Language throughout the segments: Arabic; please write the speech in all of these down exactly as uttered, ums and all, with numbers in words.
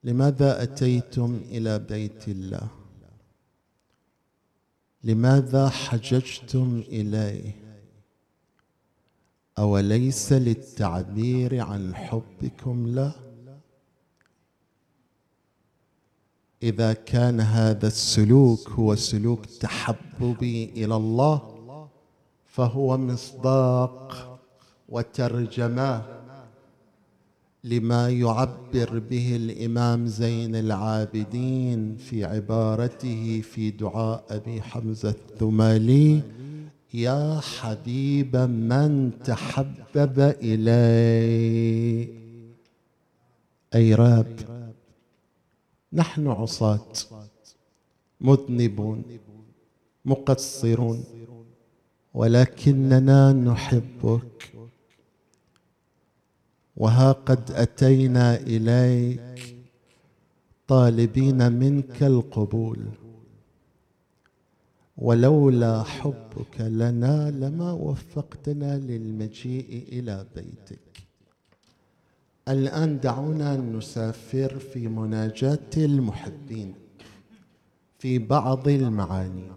لماذا أتيتم إلى بيت الله؟ لماذا حججتم إليه؟ أوليس للتعبير عن حبكم له؟ إذا كان هذا السلوك هو سلوك تحببي إلى الله فهو مصداق وترجمة لما يعبر به الإمام زين العابدين في عبارته في دعاء أبي حمزة الثمالي: يا حبيب من تحبب إلي. أي راب، نحن عصاة مذنبون مقصرون، ولكننا نحبك، وها قد أتينا إليك طالبين منك القبول، ولولا حبك لنا لما وفقتنا للمجيء إلى بيتك. الآن دعونا نسافر في مناجاة المحبين في بعض المعاني.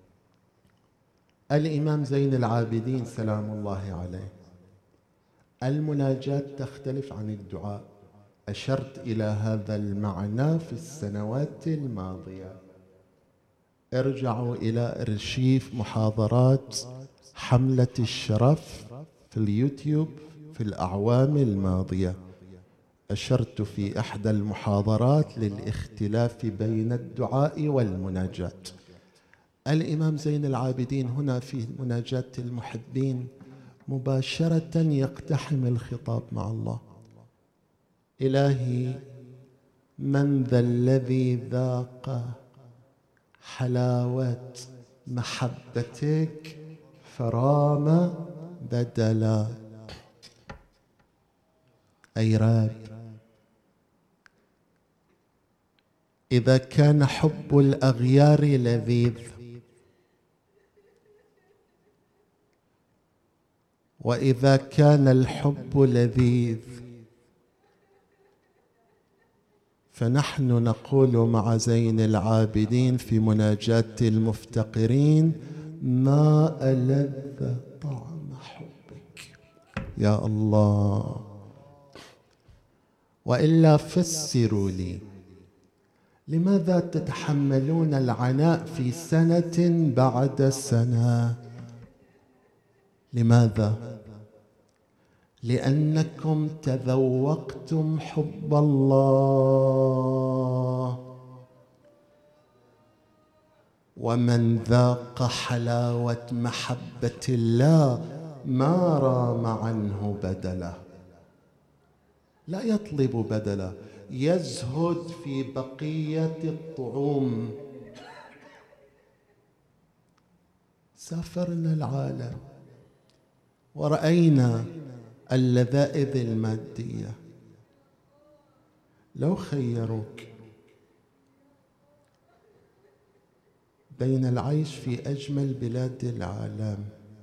الإمام زين العابدين سلام الله عليه، المناجاة تختلف عن الدعاء. أشرت إلى هذا المعنى في السنوات الماضية. ارجعوا إلى أرشيف محاضرات حملة الشرف في اليوتيوب في الأعوام الماضية. أشرت في إحدى المحاضرات للاختلاف بين الدعاء والمناجاة. الإمام زين العابدين هنا في مناجاة المحبين مباشرة يقتحم الخطاب مع الله: إلهي، من ذا الذي ذاق حلاوة محبتك فرام بدلا. أي راب، إذا كان حب الأغيار لذيذ، وإذا كان الحب لذيذ، فنحن نقول مع زين العابدين في مناجاة المفتقرين: ما ألذ طعم حبك يا الله. وإلا فسروا لي، لماذا تتحملون العناء في سنة بعد سنة؟ لماذا؟ لأنكم تذوقتم حب الله، ومن ذاق حلاوة محبة الله ما رام عنه بدلا، لا يطلب بدلا، يزهد في بقية الطعوم. سافرنا العالم ورأينا اللذائذ المادية. لو خيروك بين العيش في أجمل بلاد العالم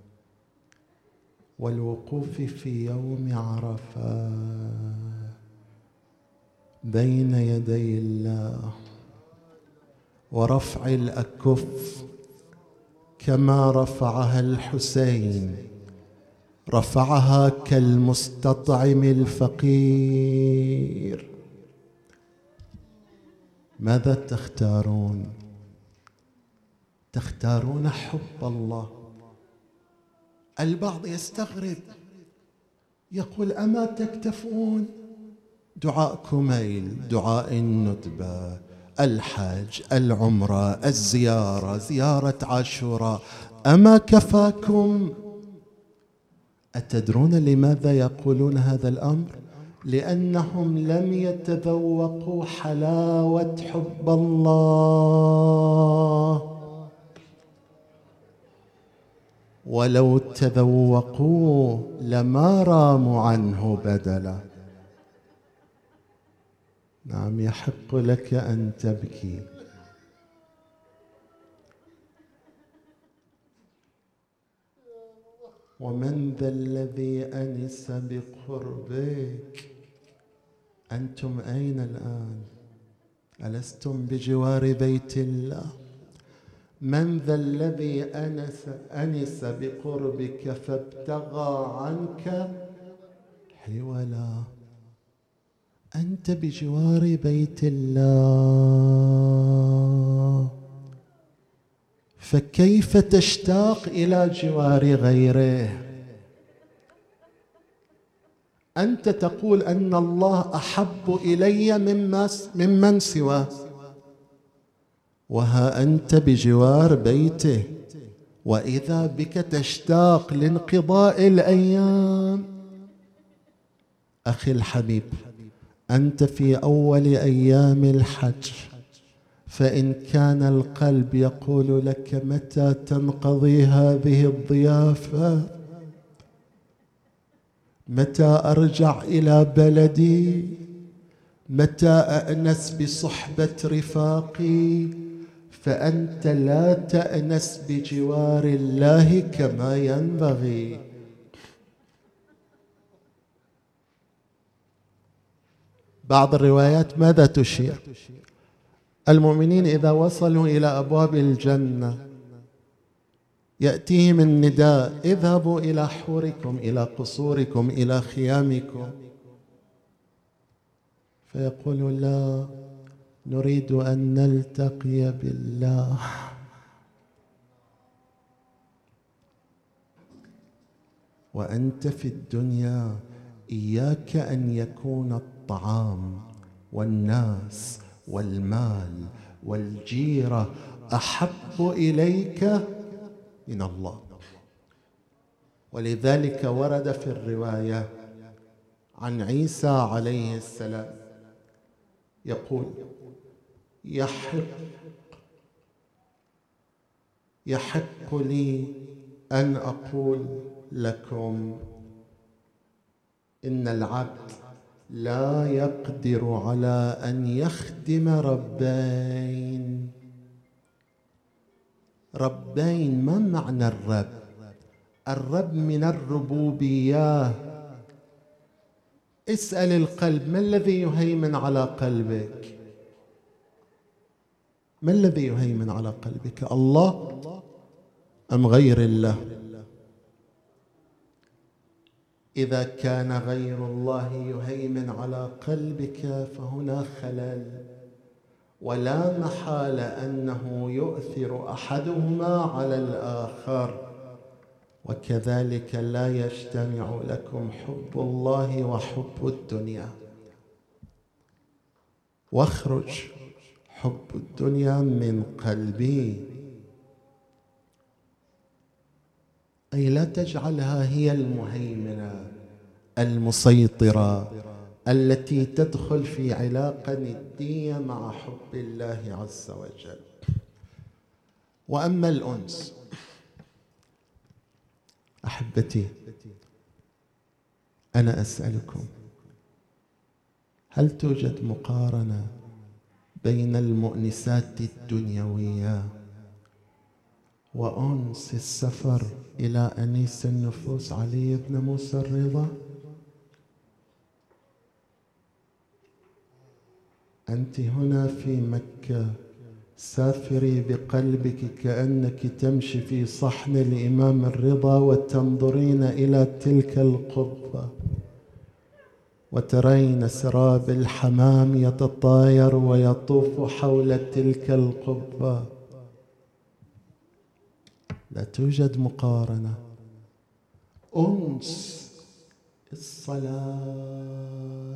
والوقوف في يوم عرفة بين يدي الله ورفع الأكف كما رفعها الحسين، رفعها كالمستطعم الفقير، ماذا تختارون؟ تختارون حب الله. البعض يستغرب يقول: أما تكتفون؟ دعاء كميل، دعاء الندبة، الحج، العمرة، الزيارة، زيارة عاشوراء، أما كفاكم؟ أتدرون لماذا يقولون هذا الأمر؟ لأنهم لم يتذوقوا حلاوة حب الله، ولو تذوقوه لما راموا عنه بدلا. نعم، يحق لك أن تبكي. ومن ذا الذي أنس بقربك؟ أنتم أين الآن؟ ألستم بجوار بيت الله؟ من ذا الذي أنس, أنس بقربك فابتغى عنك حولا؟ أنت بجوار بيت الله، فكيف تشتاق إلى جوار غيره؟ أنت تقول أن الله أحب إلي ممن سواه، وها أنت بجوار بيته، وإذا بك تشتاق لانقضاء الأيام. أخي الحبيب، أنت في أول أيام الحج، فإن كان القلب يقول لك متى تنقضي هذه الضيافة، متى أرجع إلى بلدي، متى أأنس بصحبة رفاقي، فأنت لا تأنس بجوار الله كما ينبغي. بعض الروايات ماذا تشير؟ المؤمنين إذا وصلوا إلى أبواب الجنة يأتيهم النداء: اذهبوا إلى حوركم، إلى قصوركم، إلى خيامكم. فيقولوا: لا، نريد أن نلتقي بالله. وأنت في الدنيا إياك أن يكون الطعام والناس والمال والجيرة أحب إليك من الله. ولذلك ورد في الرواية عن عيسى عليه السلام يقول: يحق يحق لي أن أقول لكم إن العبد لا يقدر على أن يخدم ربين. ربين، ما معنى الرب؟ الرب من الربوبية. اسأل القلب: ما الذي يهيمن على قلبك؟ ما الذي يهيمن على قلبك؟ الله أم غير الله؟ إذا كان غير الله يهيمن على قلبك فهنا خلل، ولا محالة أنه يؤثر أحدهما على الآخر، وكذلك لا يجتمع لكم حب الله وحب الدنيا. واخرج حب الدنيا من قلبي، أي لا تجعلها هي المهيمنة المسيطرة التي تدخل في علاقة ندية مع حب الله عز وجل. وأما الأنس، أحبتي، أنا أسألكم: هل توجد مقارنة بين المؤنسات الدنيوية وأنس السفر إلى أنيس النفوس علي بن موسى الرضا؟ أنت هنا في مكة، سافري بقلبك كأنك تمشي في صحن الإمام الرضا وتنظرين إلى تلك القبة وترين سراب الحمام يتطاير ويطوف حول تلك القبة. لا توجد مقارنة. أنس الصلاة،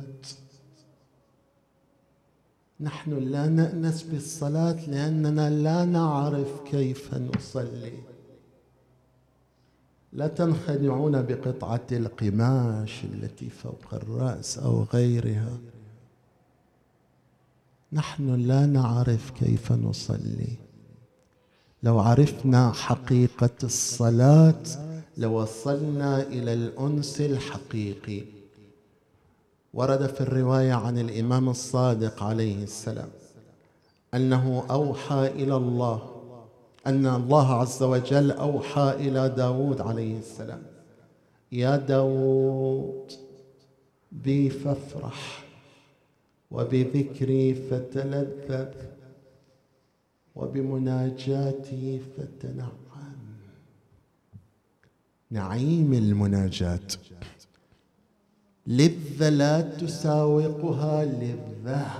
نحن لا نأنس بالصلاة لأننا لا نعرف كيف نصلي. لا تنخدعون بقطعة القماش التي فوق الرأس أو غيرها. نحن لا نعرف كيف نصلي. لو عرفنا حقيقة الصلاة لوصلنا إلى الأنس الحقيقي. ورد في الرواية عن الإمام الصادق عليه السلام أنه أوحى إلى الله، أن الله عز وجل أوحى إلى داود عليه السلام: يا داود بي فافرح وبذكري فتلذذ وبمناجاتي فتنعم. نعيم المناجاة، لذة لا تساوقها لذة.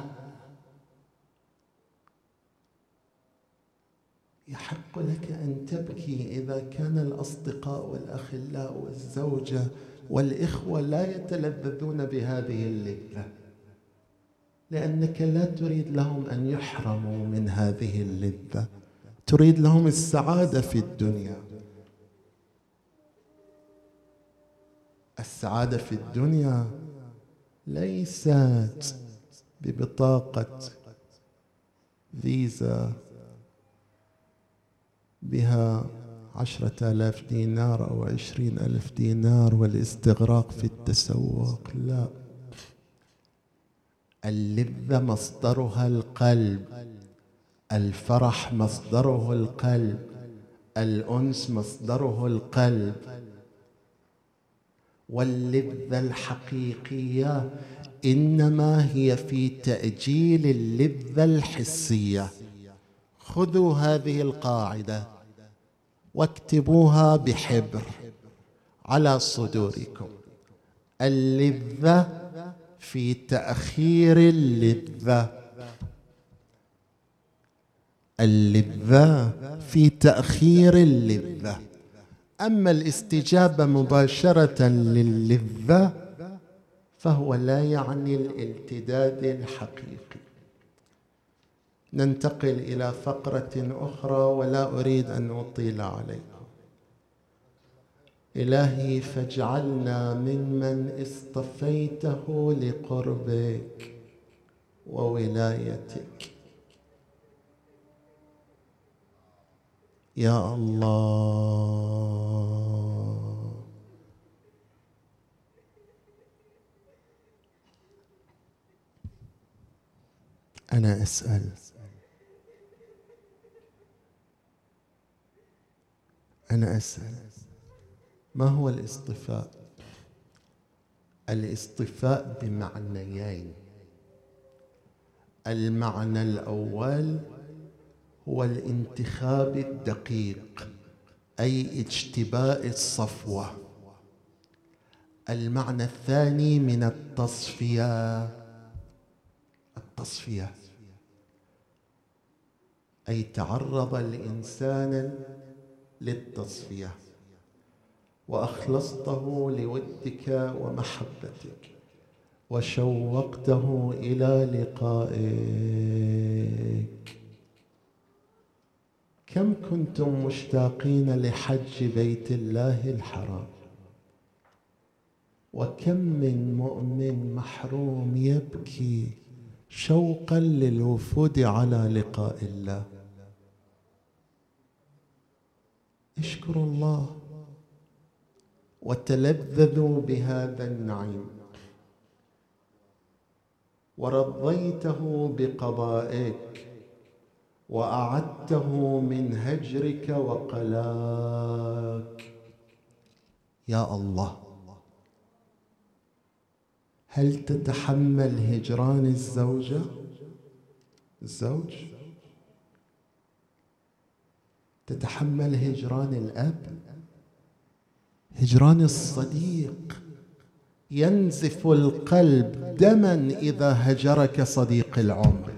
يحق لك أن تبكي إذا كان الأصدقاء والأخلاء والزوجة والإخوة لا يتلذذون بهذه اللذة، لأنك لا تريد لهم أن يحرموا من هذه اللذة، تريد لهم السعادة في الدنيا. السعادة في الدنيا ليست ببطاقة فيزا بها عشرة آلاف دينار أو عشرين ألف دينار والاستغراق في التسوق، لا. اللذة مصدرها القلب، الفرح مصدره القلب، الأنس مصدره القلب. واللذة الحقيقية إنما هي في تأجيل اللذة الحسية. خذوا هذه القاعدة واكتبوها بحبر على صدوركم: اللذة في تأخير اللذة، اللذة في تأخير اللذة. أما الاستجابة مباشرة للذة فهو لا يعني الالتذاذ الحقيقي. ننتقل إلى فقرة أخرى ولا أريد أن أطيل عليكم. إلهي فاجعلنا ممن اصطفيته لقربك وولايتك. يا الله، أنا أسأل، أنا أسأل ما هو الاصطفاء؟ الاصطفاء بمعنيين. المعنى الأول هو الانتخاب الدقيق، أي اجتباء الصفوة. المعنى الثاني من التصفية، التصفية أي تعرض الإنسان للتصفية وأخلصته لودك ومحبتك وشوقته إلى لقائك. كم كنتم مشتاقين لحج بيت الله الحرام، وكم من مؤمن محروم يبكي شوقا للوفود على لقاء الله. اشكروا الله وتلذذوا بهذا النعيم، ورضيته بقضائك وأعدته من هجرك وقلاك. يا الله، هل تتحمل هجران الزوجة؟ الزوج؟ تتحمل هجران الأب؟ هجران الصديق؟ ينزف القلب دما إذا هجرك صديق العمر.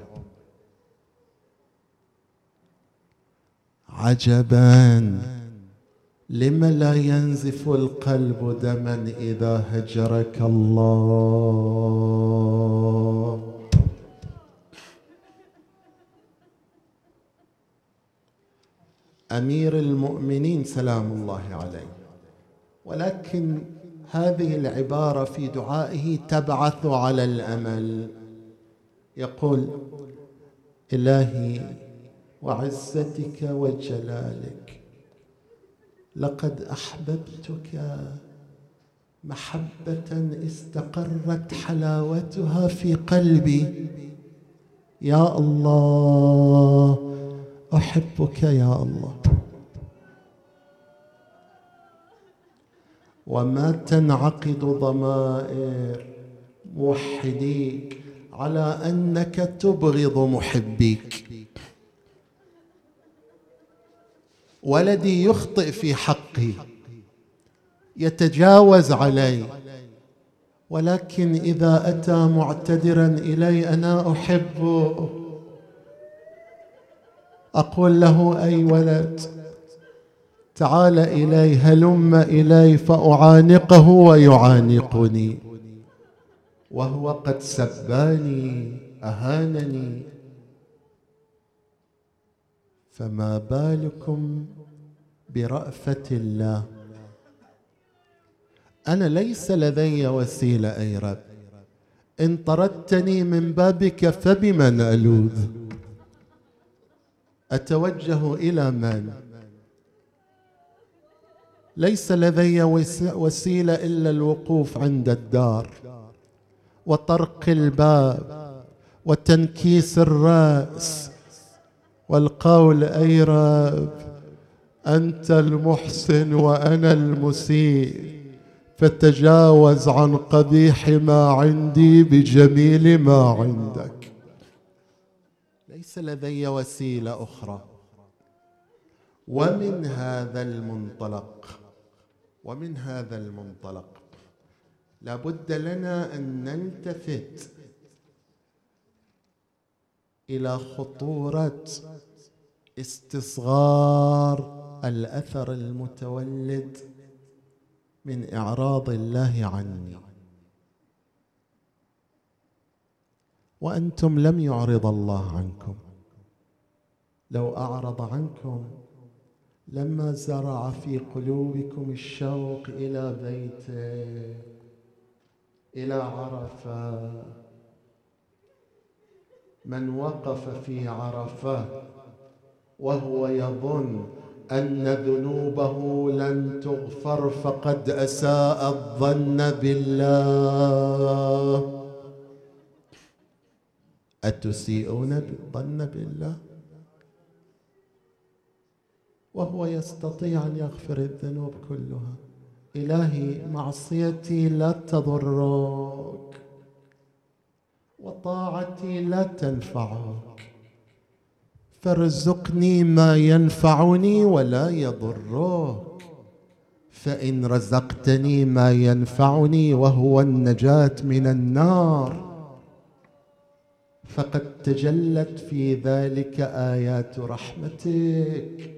عجبا، لم لا ينزف القلب دما إذا هجرك الله؟ أمير المؤمنين سلام الله عليه، ولكن هذه العبارة في دعائه تبعث على الأمل. يقول: إلهي وعزتك وجلالك، لقد أحببتك محبة استقرت حلاوتها في قلبي. يا الله، أحبك يا الله. وما تنعقد ضمائر موحديك على أنك تبغض محبيك. ولدي يخطئ في حقي، يتجاوز علي، ولكن إذا أتى معتذرا إلي أنا أحبه، أقول له: أي ولد، تعال إلي، هلم إلي، فأعانقه ويعانقني، وهو قد سباني أهانني. فما بالكم برأفة الله؟ أنا ليس لدي وسيلة أي رب، إن طردتني من بابك فبمن ألوذ؟ أتوجه إلى من؟ ليس لدي وسيلة إلا الوقوف عند الدار وطرق الباب وتنكيس الرأس والقول: أي رب، أنت المحسن وأنا المسيء، فتجاوز عن قبيح ما عندي بجميل ما عندك. ليس لدي وسيلة أخرى. ومن هذا المنطلق ومن هذا المنطلق لابد لنا أن نلتفت إلى خطورة استصغار الأثر المتولد من إعراض الله عني. وأنتم لم يعرض الله عنكم. لو أعرض عنكم لما زرع في قلوبكم الشوق إلى بيته، إلى عرفة. من وقف في عرفة وهو يظن أن ذنوبه لن تغفر فقد أساء الظن بالله. أتسيئون الظن بالله وهو يستطيع أن يغفر الذنوب كلها؟ إلهي، معصيتي لا تضرك وطاعتي لا تنفعك، فارزقني ما ينفعني ولا يضرك. فإن رزقتني ما ينفعني وهو النجاة من النار فقد تجلت في ذلك آيات رحمتك.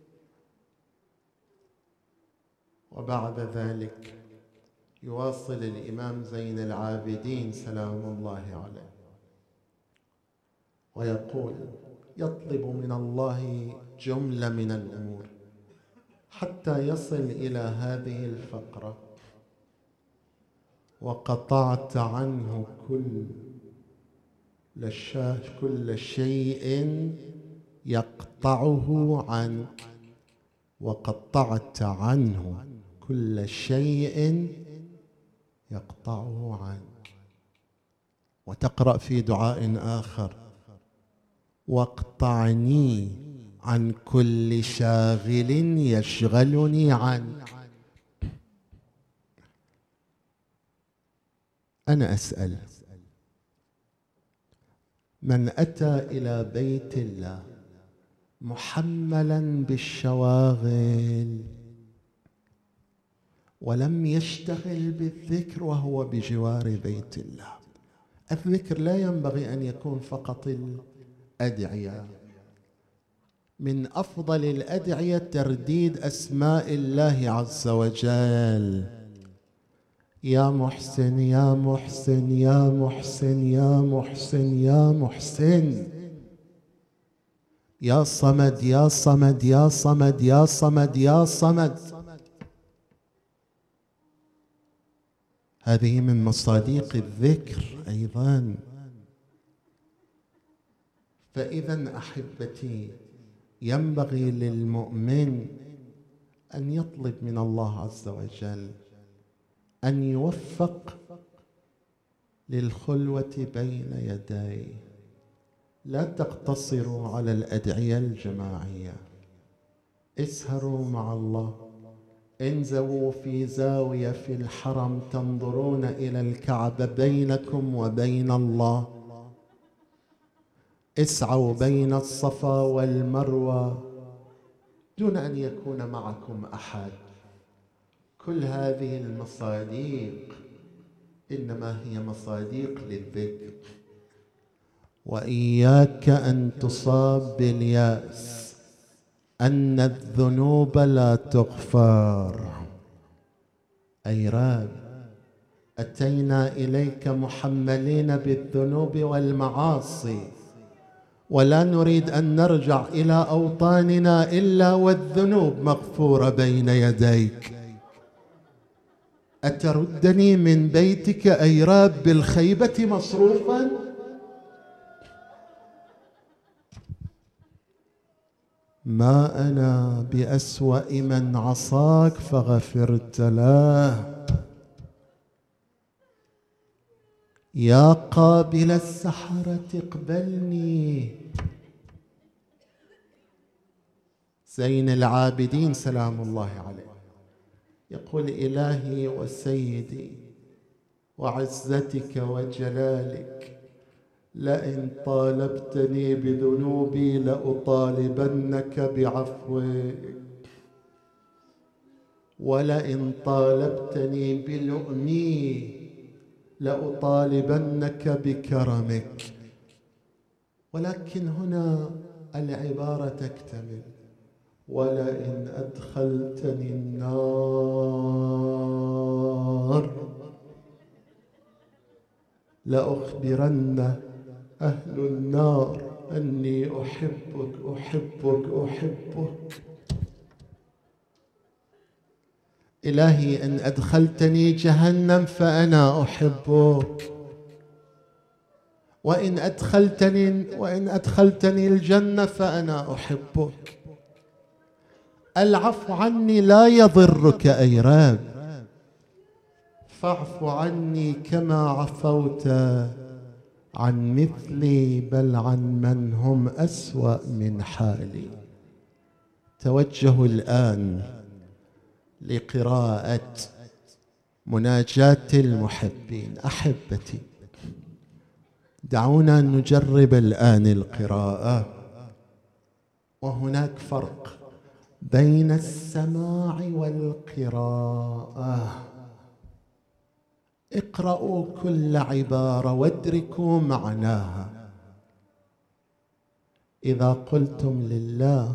وبعد ذلك يواصل الإمام زين العابدين سلام الله عليه ويقول: يطلب من الله جملة من الأمور حتى يصل إلى هذه الفقرة: وقطعت عنه كل كل شيء يقطعه عنك. وقطعت عنه كل شيء يقطعه عنك. وتقرأ في دعاء آخر: واقطعني عن كل شاغل يشغلني عنك. أنا أسأل: من أتى إلى بيت الله محملا بالشواغل ولم يشتغل بالذكر وهو بجوار بيت الله؟ الذكر لا ينبغي أن يكون فقط الأدعية. من أفضل الأدعية ترديد أسماء الله عز وجل: يا محسن يا محسن يا محسن يا محسن يا محسن، يا صمد يا صمد يا صمد يا صمد يا صمد. هذه من مصادق الذكر أيضا. فإذا أحبتي، ينبغي للمؤمن أن يطلب من الله عز وجل أن يوفق للخلوة بين يديه. لا تقتصروا على الأدعية الجماعية، اسهروا مع الله، انزووا في زاوية في الحرم تنظرون إلى الكعبة بينكم وبين الله، اسعوا بين الصفا والمروة دون أن يكون معكم أحد. كل هذه المصاديق إنما هي مصاديق للذكر. وإياك أن تصاب باليأس أن الذنوب لا تغفر. أي رب، أتينا إليك محملين بالذنوب والمعاصي، ولا نريد أن نرجع إلى أوطاننا إلا والذنوب مغفورة بين يديك. أتردني من بيتك أي رب بالخيبة مصروفا؟ ما أنا بأسوأ من عصاك فغفرت له. يا قابل السحرة اقبلني. زين العابدين سلام الله عليه يقول: إلهي وسيدي وعزتك وجلالك، لئن طالبتني بذنوبي لأطالبنك بعفوك، ولئن طالبتني بلؤمي لأطالبنك بكرمك. ولكن هنا العبارة تكتمل: ولئن أدخلتني النار لأخبرن أهل النار أني أحبك أحبك أحبك. إلهي إن أدخلتني جهنم فأنا أحبك، وإن أدخلتني وإن أدخلتني الجنة فأنا أحبك. العفو عني لا يضرك أي رب، فاعف عني كما عفوت عن مثلي بل عن من هم أسوأ من حالي. توجهوا الآن لقراءة مناجاة المحبين. أحبتي، دعونا نجرب الآن القراءة. وهناك فرق بين السماع والقراءة. اقرأوا كل عبارة وادركوا معناها. إذا قلتم لله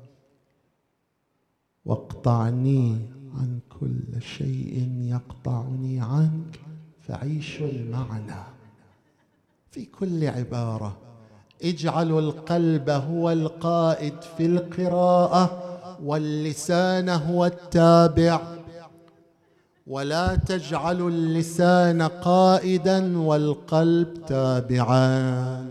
واقطعني عن كل شيء يقطعني عنك، فعيشوا المعنى في كل عبارة. اجعلوا القلب هو القائد في القراءة واللسان هو التابع، ولا تجعلوا اللسان قائدا والقلب تابعا.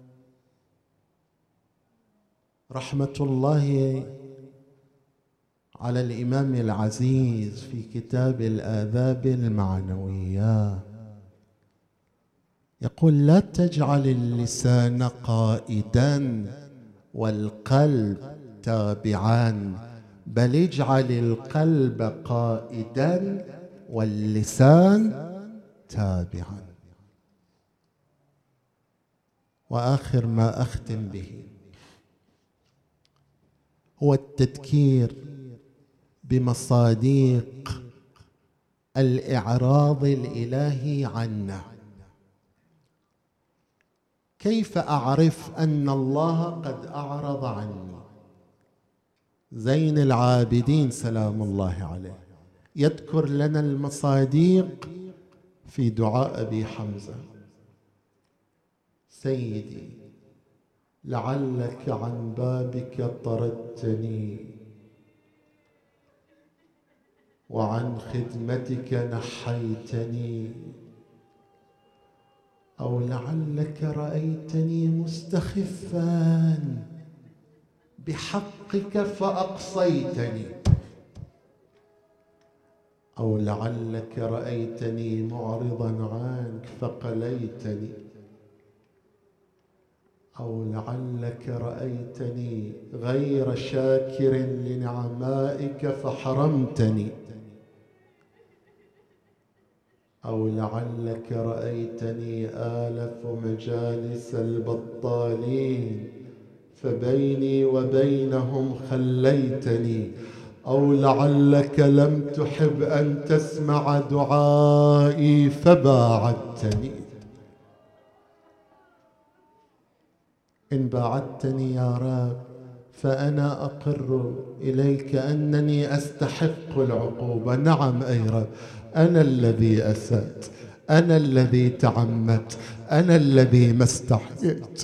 رحمة الله على الإمام العزيز في كتاب الآداب المعنوية يقول: لا تجعل اللسان قائدا والقلب تابعا، بل اجعل القلب قائدا واللسان تابعا. وآخر ما أختم به هو التذكير بمصاديق الإعراض الإلهي عنا. كيف أعرف أن الله قد أعرض عني؟ زين العابدين سلام الله عليه يذكر لنا المصاديق في دعاء أبي حمزة: سيدي لعلك عن بابك طردتني، وعن خدمتك نحيتني، أو لعلك رأيتني مستخفا بحقك فأقصيتني، أو لعلك رأيتني معرضا عنك فقليتني، أو لعلك رأيتني غير شاكر لنعمائك فحرمتني. أو لعلك رأيتني آلف مجالس البطالين فبيني وبينهم خليتني، أو لعلك لم تحب أن تسمع دعائي فباعدتني. إن باعدتني يا رب فأنا أقر إليك أنني أستحق العقوبة. نعم أي رب، أنا الذي أسأت، أنا الذي تعمدت، أنا الذي ما استحييت،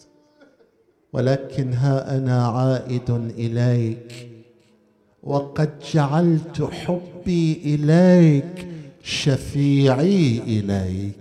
ولكن ها أنا عائد إليك، وقد جعلت حبي إليك شفيعي إليك.